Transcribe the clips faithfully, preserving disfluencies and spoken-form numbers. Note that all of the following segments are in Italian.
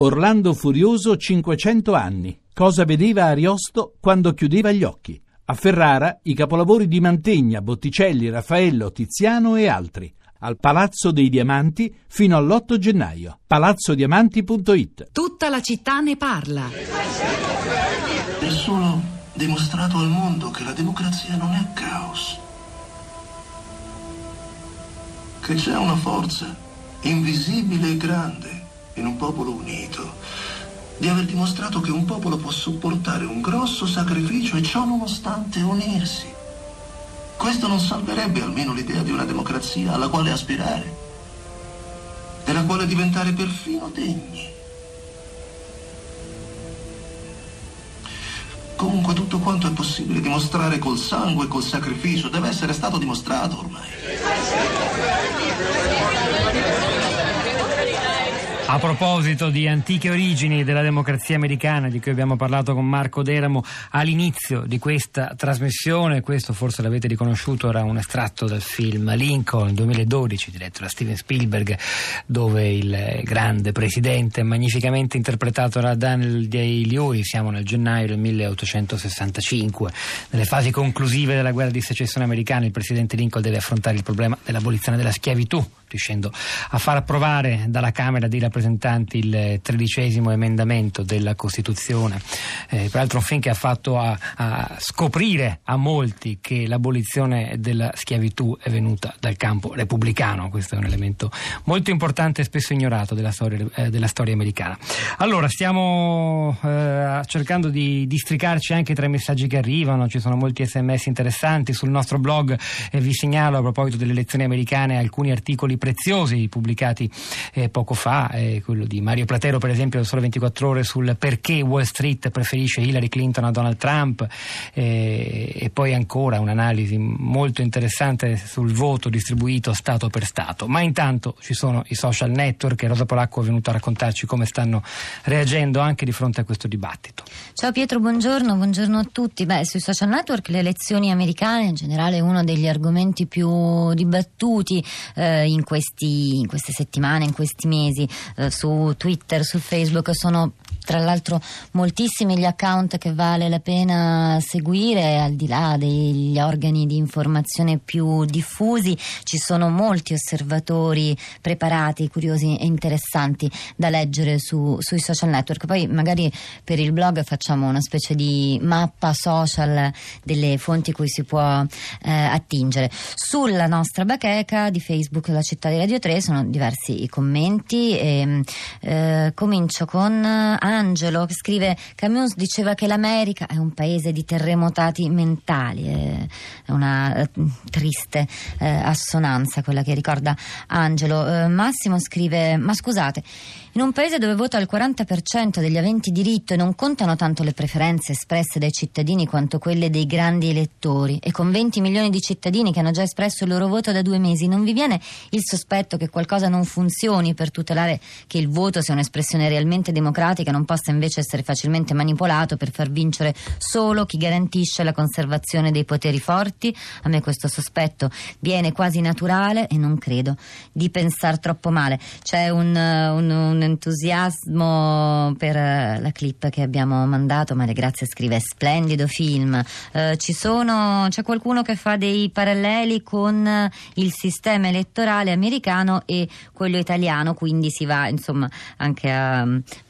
Orlando Furioso cinquecento anni. Cosa vedeva Ariosto quando chiudeva gli occhi? A Ferrara i capolavori di Mantegna, Botticelli, Raffaello, Tiziano e altri. Al Palazzo dei Diamanti fino all'otto gennaio. palazzo diamanti punto it. Tutta la città ne parla. Nessuno ha dimostrato al mondo che la democrazia non è caos. Che c'è una forza invisibile e grande in un popolo unito, di aver dimostrato che un popolo può sopportare un grosso sacrificio e ciò nonostante unirsi. Questo non salverebbe almeno l'idea di una democrazia alla quale aspirare, della quale diventare perfino degni. Comunque tutto quanto è possibile dimostrare col sangue e col sacrificio deve essere stato dimostrato ormai. A proposito di antiche origini della democrazia americana, di cui abbiamo parlato con Marco Deramo all'inizio di questa trasmissione, questo forse l'avete riconosciuto, era un estratto dal film Lincoln duemiladodici, diretto da Steven Spielberg, dove il grande presidente, magnificamente interpretato da Daniel Day-Lewis, siamo nel gennaio del milleottocentosessantacinque, nelle fasi conclusive della guerra di secessione americana, il presidente Lincoln deve affrontare il problema dell'abolizione della schiavitù, riuscendo a far approvare dalla Camera dei rappresentanti il tredicesimo emendamento della Costituzione. Eh, peraltro un film che ha fatto a, a scoprire a molti che l'abolizione della schiavitù è venuta dal campo repubblicano. Questo è un elemento molto importante e spesso ignorato della storia, eh, della storia americana. Allora, stiamo eh, cercando di districarci anche tra i messaggi che arrivano, ci sono molti sms interessanti sul nostro blog, e vi segnalo a proposito delle elezioni americane alcuni articoli preziosi pubblicati eh, poco fa, eh, quello di Mario Platero per esempio del Sole ventiquattro Ore sul perché Wall Street preferisce Hillary Clinton a Donald Trump, eh, e poi ancora un'analisi molto interessante sul voto distribuito Stato per Stato. Ma intanto ci sono i social network e Rosa Polacco è venuta a raccontarci come stanno reagendo anche di fronte a questo dibattito. Ciao Pietro, buongiorno, buongiorno a tutti. Beh, sui social network le elezioni americane in generale è uno degli argomenti più dibattuti eh, in questi in queste settimane, in questi mesi. Eh, su Twitter, su Facebook sono tra l'altro moltissimi gli account che vale la pena seguire, al di là degli organi di informazione più diffusi. Ci sono molti osservatori preparati, curiosi e interessanti da leggere su, sui social network. Poi magari per il blog facciamo una specie di mappa social delle fonti cui si può eh, attingere. Sulla nostra bacheca di Facebook La Città di Radio tre sono diversi i commenti e eh, comincio con Angelo che scrive: Camus diceva che l'America è un paese di terremotati mentali. È una eh, triste eh, assonanza quella che ricorda Angelo. eh, Massimo scrive: ma scusate, in un paese dove vota il quaranta per cento degli aventi diritto e non contano tanto le preferenze espresse dai cittadini quanto quelle dei grandi elettori, e con venti milioni di cittadini che hanno già espresso il loro voto da due mesi, non vi viene il sospetto che qualcosa non funzioni per tutelare che il voto sia un'espressione realmente democratica, non possa invece essere facilmente manipolato per far vincere solo chi garantisce la conservazione dei poteri forti? A me questo sospetto viene quasi naturale e non credo di pensar troppo male. C'è un, un, un entusiasmo per la clip che abbiamo mandato. Maria Grazia scrive: splendido film. Eh, ci sono, c'è qualcuno che fa dei paralleli con il sistema elettorale americano e quello italiano, quindi si va insomma anche a,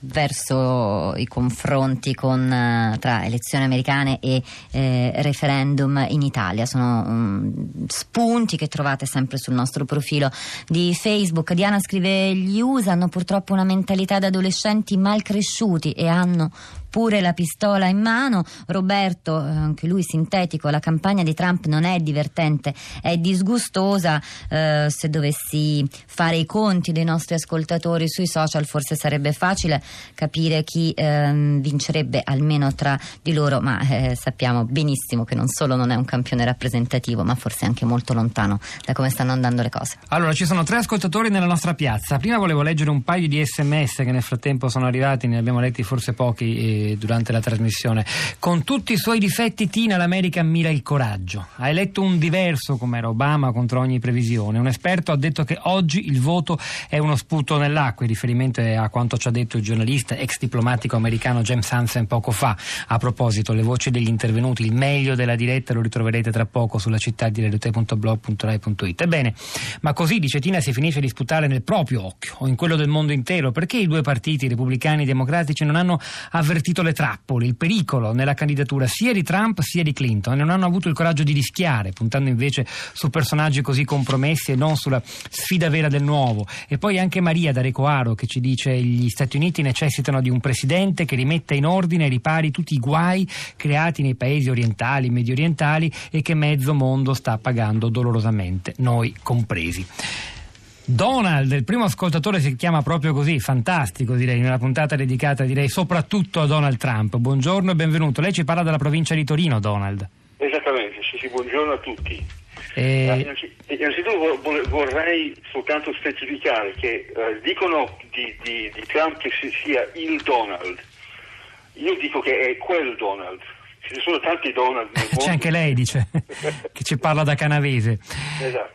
verso i confronti con, tra elezioni americane e eh, referendum in Italia. Sono um, spunti che trovate sempre sul nostro profilo di Facebook. Diana scrive: gli U S A hanno purtroppo una mentalità da adolescenti mal cresciuti e hanno pure la pistola in mano. Roberto, anche lui sintetico: la campagna di Trump non è divertente, è disgustosa. Eh, se dovessi fare i conti dei nostri ascoltatori sui social forse sarebbe facile capire chi eh, vincerebbe almeno tra di loro, ma eh, sappiamo benissimo che non solo non è un campione rappresentativo, ma forse anche molto lontano da come stanno andando le cose. Allora, ci sono tre ascoltatori nella nostra piazza. Prima volevo leggere un paio di sms che nel frattempo sono arrivati, ne abbiamo letti forse pochi oggi durante la trasmissione. Con tutti i suoi difetti, Tina, l'America ammira il coraggio. Ha eletto un diverso come era Obama contro ogni previsione. Un esperto ha detto che oggi il voto è uno sputo nell'acqua. Il riferimento è a quanto ci ha detto il giornalista ex diplomatico americano James Hansen poco fa. A proposito, le voci degli intervenuti, il meglio della diretta lo ritroverete tra poco sulla città di radio tre punto blog punto rai punto it. Ebbene, ma così, dice Tina, si finisce di sputare nel proprio occhio o in quello del mondo intero. Perché i due partiti, repubblicani e democratici, non hanno avvertito le trappole, il pericolo nella candidatura sia di Trump sia di Clinton, e non hanno avuto il coraggio di rischiare, puntando invece su personaggi così compromessi e non sulla sfida vera del nuovo? E poi anche Maria da Recoaro che ci dice: gli Stati Uniti necessitano di un presidente che rimetta in ordine e ripari tutti i guai creati nei paesi orientali, medio orientali, e che mezzo mondo sta pagando dolorosamente, noi compresi. Donald, il primo ascoltatore, si chiama proprio così, fantastico direi, nella puntata dedicata direi soprattutto a Donald Trump. Buongiorno e benvenuto. Lei ci parla della provincia di Torino, Donald. Esattamente, sì, sì, buongiorno a tutti. E... Innanzitutto vorrei soltanto specificare che eh, dicono di, di, di Trump che sia il Donald. Io dico che è quel Donald. Ci sono tanti Donald nel mondo. C'è anche lei, dice, che ci parla da canavese. Esatto.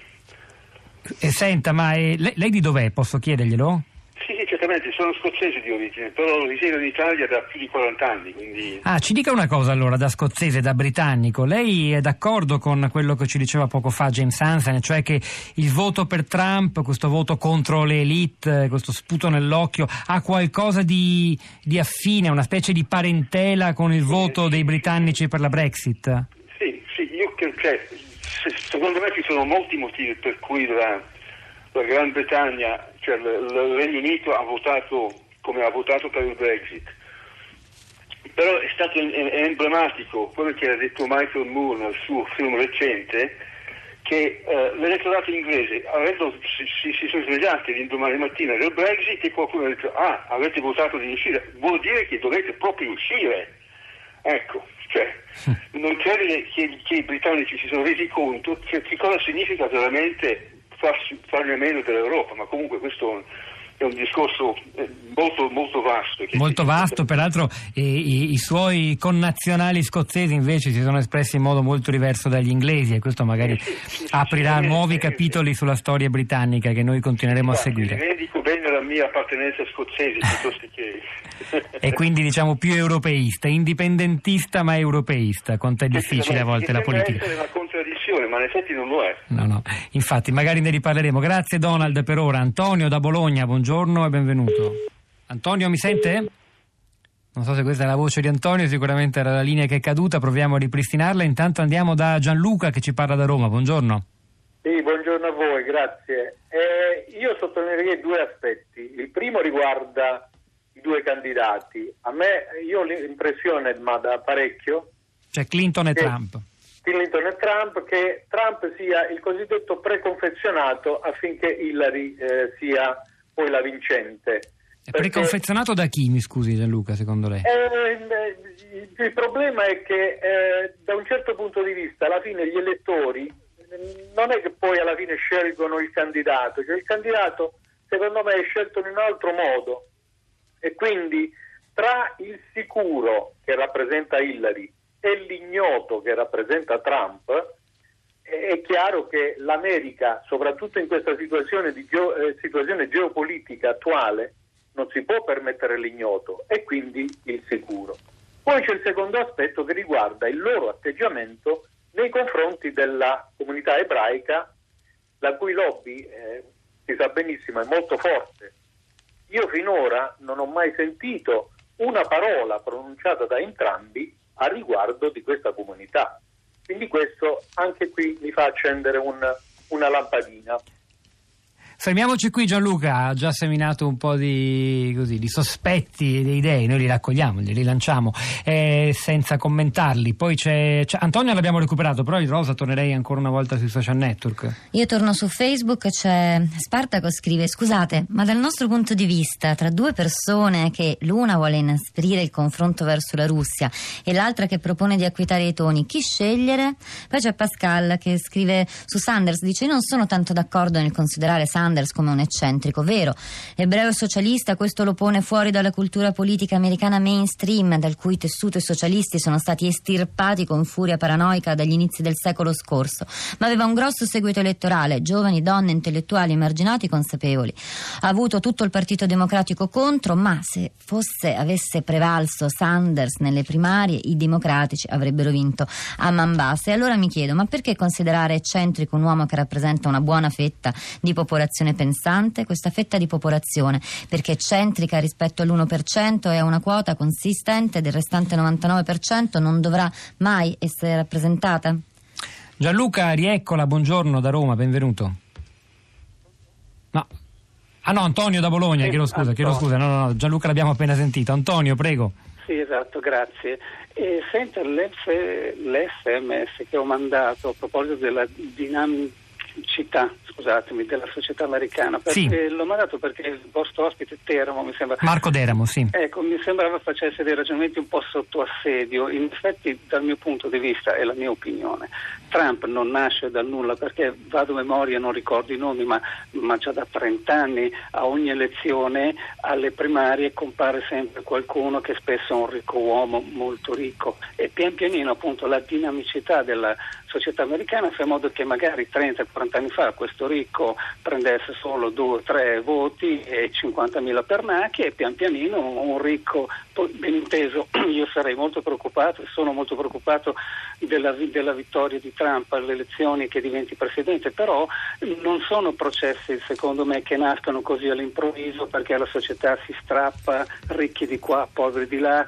E senta, ma eh, lei, lei di dov'è? Posso chiederglielo? Sì, sì, certamente, sono scozzese di origine, però risiedo in Italia da più di quaranta anni, quindi... Ah, ci dica una cosa allora, da scozzese, da britannico. Lei è d'accordo con quello che ci diceva poco fa James Hansen, cioè che il voto per Trump, questo voto contro le elite, questo sputo nell'occhio, ha qualcosa di, di affine, una specie di parentela con il voto dei britannici per la Brexit? Sì, sì, io credo che... Secondo me ci sono molti motivi per cui la, la Gran Bretagna, cioè il, il Regno Unito ha votato come ha votato per il Brexit. Però è stato è emblematico quello che ha detto Michael Moore nel suo film recente, che eh, l'elettorato inglese, avendo, si, si, si sono svegliati l'indomani mattina del Brexit e qualcuno ha detto: ah, avete votato di uscire, vuol dire che dovete proprio uscire. Ecco, cioè, non credo che, che i britannici si sono resi conto che, che cosa significa veramente farsi, farne meno dell'Europa, ma comunque questo è un discorso molto, molto vasto. Che molto vasto, peraltro i, i, i suoi connazionali scozzesi invece si sono espressi in modo molto diverso dagli inglesi, e questo magari sì, sì, sì, aprirà sì, nuovi sì, capitoli sì. sulla storia britannica che noi continueremo Guarda, a seguire. Rivendico bene la mia appartenenza scozzese piuttosto che... E quindi diciamo più europeista, indipendentista ma europeista. Quanto è difficile a volte la politica. È una contraddizione, ma in effetti non lo è. No, no, infatti magari ne riparleremo. Grazie Donald per ora. Antonio da Bologna, buongiorno e benvenuto. Antonio, mi sente? Non so se questa è la voce di Antonio, sicuramente era la linea che è caduta, proviamo a ripristinarla. Intanto andiamo da Gianluca che ci parla da Roma, buongiorno. Sì, buongiorno a voi, grazie. Eh, io sottolineerei due aspetti. Il primo riguarda i due candidati. A me, io ho l'impressione, ma da parecchio, cioè Clinton e Trump. Clinton e Trump, che Trump sia il cosiddetto preconfezionato affinché Hillary eh, sia poi la vincente. È preconfezionato da chi, mi scusi Gianluca, secondo lei? Eh, il problema è che eh, da un certo punto di vista alla fine gli elettori non è che poi alla fine scelgono il candidato, cioè il candidato secondo me è scelto in un altro modo, e quindi tra il sicuro che rappresenta Hillary e l'ignoto che rappresenta Trump è chiaro che l'America, soprattutto in questa situazione di geo, eh, situazione geopolitica attuale, non si può permettere l'ignoto e quindi il sicuro. Poi c'è il secondo aspetto che riguarda il loro atteggiamento nei confronti della comunità ebraica, la cui lobby, eh, si sa benissimo, è molto forte. Io finora non ho mai sentito una parola pronunciata da entrambi a riguardo di questa comunità. Quindi questo anche qui mi fa accendere un, una lampadina. Fermiamoci qui, Gianluca ha già seminato un po' di, così, di sospetti e di idee, noi li raccogliamo, li rilanciamo eh, senza commentarli. Poi c'è, c'è Antonio, l'abbiamo recuperato, però il Rosa tornerei ancora una volta sui social network. Io torno su Facebook, c'è Spartaco scrive: scusate, ma dal nostro punto di vista tra due persone che l'una vuole inasprire il confronto verso la Russia e l'altra che propone di acquietare i toni, chi scegliere? Poi c'è Pascal che scrive su Sanders, dice: io non sono tanto d'accordo nel considerare Sanders Sanders come un eccentrico, vero. Ebreo e socialista, questo lo pone fuori dalla cultura politica americana mainstream, dal cui tessuto i socialisti sono stati estirpati con furia paranoica dagli inizi del secolo scorso, ma aveva un grosso seguito elettorale, giovani, donne, intellettuali, emarginati, consapevoli. Ha avuto tutto il Partito Democratico contro, ma se fosse avesse prevalso Sanders nelle primarie, i democratici avrebbero vinto a man bassa. E allora mi chiedo, ma perché considerare eccentrico un uomo che rappresenta una buona fetta di popolazione pensante? Questa fetta di popolazione, perché eccentrica rispetto all'uno per cento e a una quota consistente del restante novantanove per cento, non dovrà mai essere rappresentata? Gianluca, rieccola, buongiorno da Roma, benvenuto. No. Ah no, Antonio da Bologna, chiedo scusa, chiedo scusa, no, no, no, Gianluca l'abbiamo appena sentito. Antonio, prego. Sì, esatto, grazie. E senta, l'S M S che ho mandato a proposito della dinamicità, scusatemi, della società americana, perché sì. L'ho mandato perché il vostro ospite Teramo, mi sembra... Marco Deramo, sì. Ecco, mi sembrava facesse dei ragionamenti un po' sotto assedio. In effetti, dal mio punto di vista, è la mia opinione, Trump non nasce dal nulla, perché vado a memoria, non ricordo i nomi, ma, ma già da trent'anni a ogni elezione, alle primarie, compare sempre qualcuno che spesso è un ricco uomo, molto ricco, e pian pianino appunto la dinamicità della società americana fa in modo che magari trenta quaranta anni fa questo ricco prendesse solo due o tre voti e cinquantamila pernacchi, e pian pianino un ricco, ben inteso, io sarei molto preoccupato e sono molto preoccupato della, della vittoria di Trump alle elezioni, che diventi presidente, però non sono processi secondo me che nascono così all'improvviso, perché la società si strappa, ricchi di qua, poveri di là,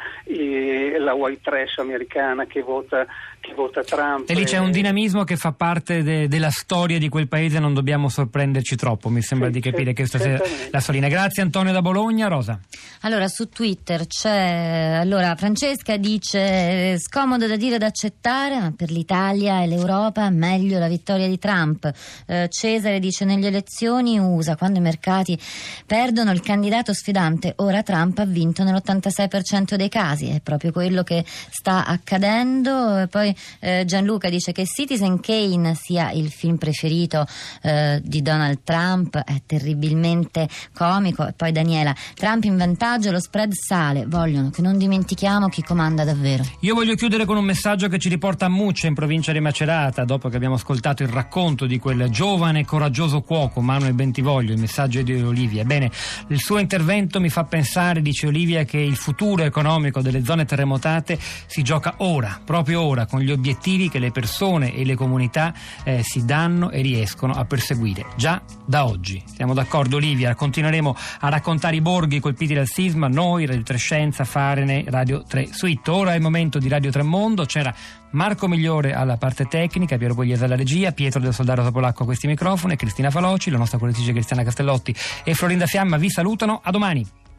e la white trash americana che vota, che vota Trump. E lì c'è un dinamismo che fa parte de, della storia di quel paese, non dobbiamo sorprenderci troppo, mi sembra sì, di capire che questa sia la solina. Grazie Antonio da Bologna. Rosa. Allora, su Twitter c'è, allora Francesca dice: scomodo da dire e da accettare, ma per l'Italia e l'Europa meglio la vittoria di Trump. eh, Cesare dice: nelle elezioni U S A, quando i mercati perdono il candidato sfidante, ora Trump ha vinto nell'ottantasei per cento dei casi. È proprio quello che sta accadendo. E poi eh, Gianluca dice che Citizen Kane sia il film preferito eh, di Donald Trump, è terribilmente comico. E poi Daniela: Trump in vantaggio, lo spread sale, vogliono che non dimentichiamo chi comanda davvero. Io voglio chiudere con un messaggio che ci riporta a Muccia, in provincia di Macerata, dopo che abbiamo ascoltato il racconto di quel giovane e coraggioso cuoco Manuel Bentivoglio. Il messaggio è di Olivia. Bene, il suo intervento mi fa pensare, dice Olivia, che il futuro economico delle zone terremotate si gioca ora, proprio ora, con gli obiettivi che le persone e le comunità eh, si danno e riescono a perseguire già da oggi. Siamo d'accordo, Olivia? Continueremo a raccontare i borghi colpiti dal sisma, noi, Radio tre Scienza, Farene, Radio tre Suite. Ora è il momento di Radio tre Mondo. C'era Marco Migliore alla parte tecnica, Piero Pugliese alla regia, Pietro del Soldato Topolacco a questi microfoni, Cristina Faloci, la nostra correttrice Cristiana Castellotti e Florinda Fiamma vi salutano. A domani.